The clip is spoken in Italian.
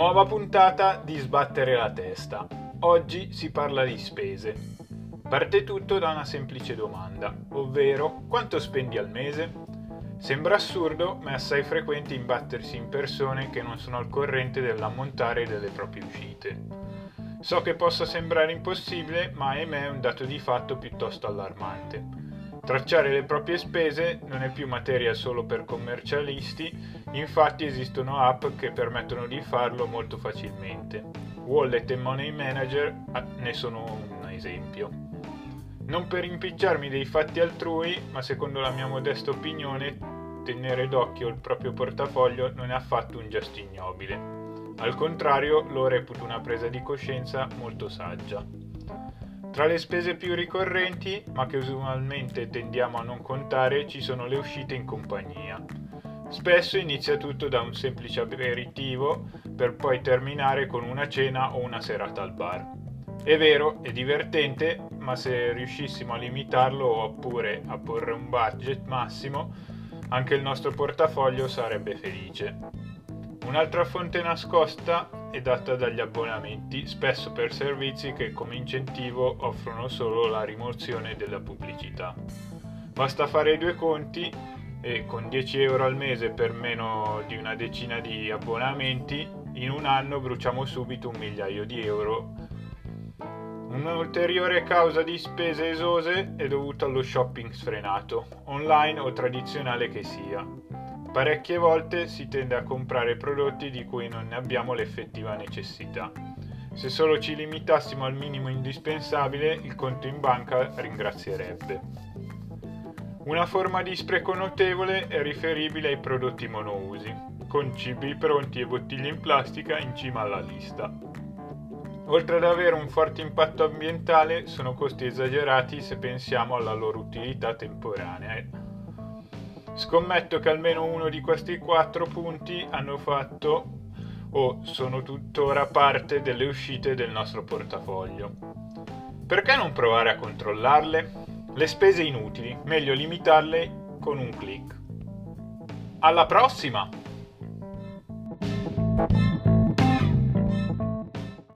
Nuova puntata di Sbattere la testa. Oggi si parla di spese. Parte tutto da una semplice domanda, ovvero quanto spendi al mese? Sembra assurdo, ma è assai frequente imbattersi in persone che non sono al corrente dell'ammontare delle proprie uscite. So che possa sembrare impossibile, ma ahimè è un dato di fatto piuttosto allarmante. Tracciare le proprie spese non è più materia solo per commercialisti, infatti esistono app che permettono di farlo molto facilmente. Wallet e Money Manager ne sono un esempio. Non per impicciarmi dei fatti altrui, ma secondo la mia modesta opinione, tenere d'occhio il proprio portafoglio non è affatto un gesto ignobile. Al contrario, lo reputo una presa di coscienza molto saggia. Tra le spese più ricorrenti, ma che usualmente tendiamo a non contare, ci sono le uscite in compagnia. Spesso inizia tutto da un semplice aperitivo per poi terminare con una cena o una serata al bar. È vero, è divertente, ma se riuscissimo a limitarlo oppure a porre un budget massimo, anche il nostro portafoglio sarebbe felice. Un'altra fonte nascosta è data dagli abbonamenti, spesso per servizi che come incentivo offrono solo la rimozione della pubblicità. Basta fare i due conti e con 10 euro al mese per meno di una decina di abbonamenti, in un anno bruciamo subito 1 migliaio di euro. Un'ulteriore causa di spese esose è dovuta allo shopping sfrenato, online o tradizionale che sia. Parecchie volte si tende a comprare prodotti di cui non ne abbiamo l'effettiva necessità. Se solo ci limitassimo al minimo indispensabile, il conto in banca ringrazierebbe. Una forma di spreco notevole è riferibile ai prodotti monousi, con cibi pronti e bottiglie in plastica in cima alla lista. Oltre ad avere un forte impatto ambientale, sono costi esagerati se pensiamo alla loro utilità temporanea. Scommetto che almeno uno di questi 4 punti hanno fatto o sono tuttora parte delle uscite del nostro portafoglio. Perché non provare a controllarle? Le spese inutili, meglio limitarle con un click. Alla prossima!